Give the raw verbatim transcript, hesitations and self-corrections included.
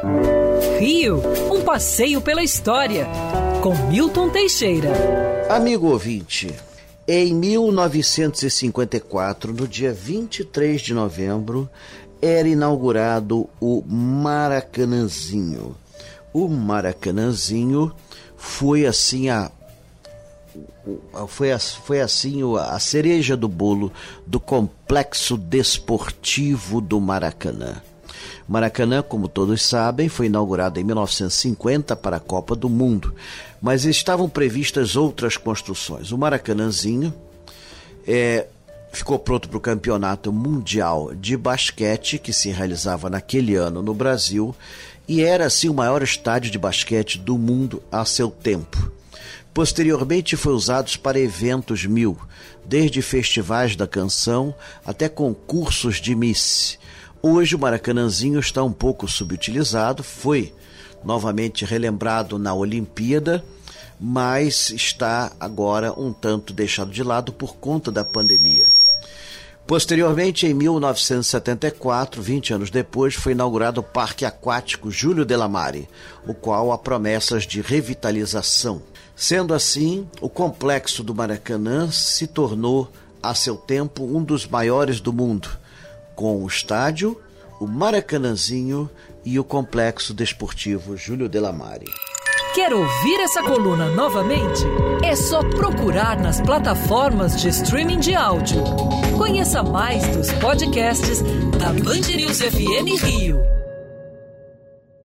Rio, um passeio pela história, com Milton Teixeira. Amigo ouvinte, em mil novecentos e cinquenta e quatro, no dia vinte e três de novembro, era inaugurado o Maracanãzinho. O Maracanãzinho foi assim a Foi, a, foi assim a cereja do bolo do complexo desportivo do Maracanã. Maracanã, como todos sabem, foi inaugurado em mil novecentos e cinquenta para a Copa do Mundo, mas estavam previstas outras construções. O Maracanãzinho é, ficou pronto para o Campeonato Mundial de Basquete, que se realizava naquele ano no Brasil, e era assim o maior estádio de basquete do mundo a seu tempo. Posteriormente foi usado para eventos mil, desde festivais da canção até concursos de Miss. Hoje o Maracanãzinho está um pouco subutilizado, foi novamente relembrado na Olimpíada, mas está agora um tanto deixado de lado por conta da pandemia. Posteriormente, em mil novecentos e setenta e quatro, vinte anos depois, foi inaugurado o Parque Aquático Júlio Delamare, o qual há promessas de revitalização. Sendo assim, o complexo do Maracanã se tornou, a seu tempo, um dos maiores do mundo, com o estádio, o Maracanãzinho e o complexo desportivo Júlio Delamare. Quer ouvir essa coluna novamente? É só procurar nas plataformas de streaming de áudio. Conheça mais dos podcasts da Band News F M Rio.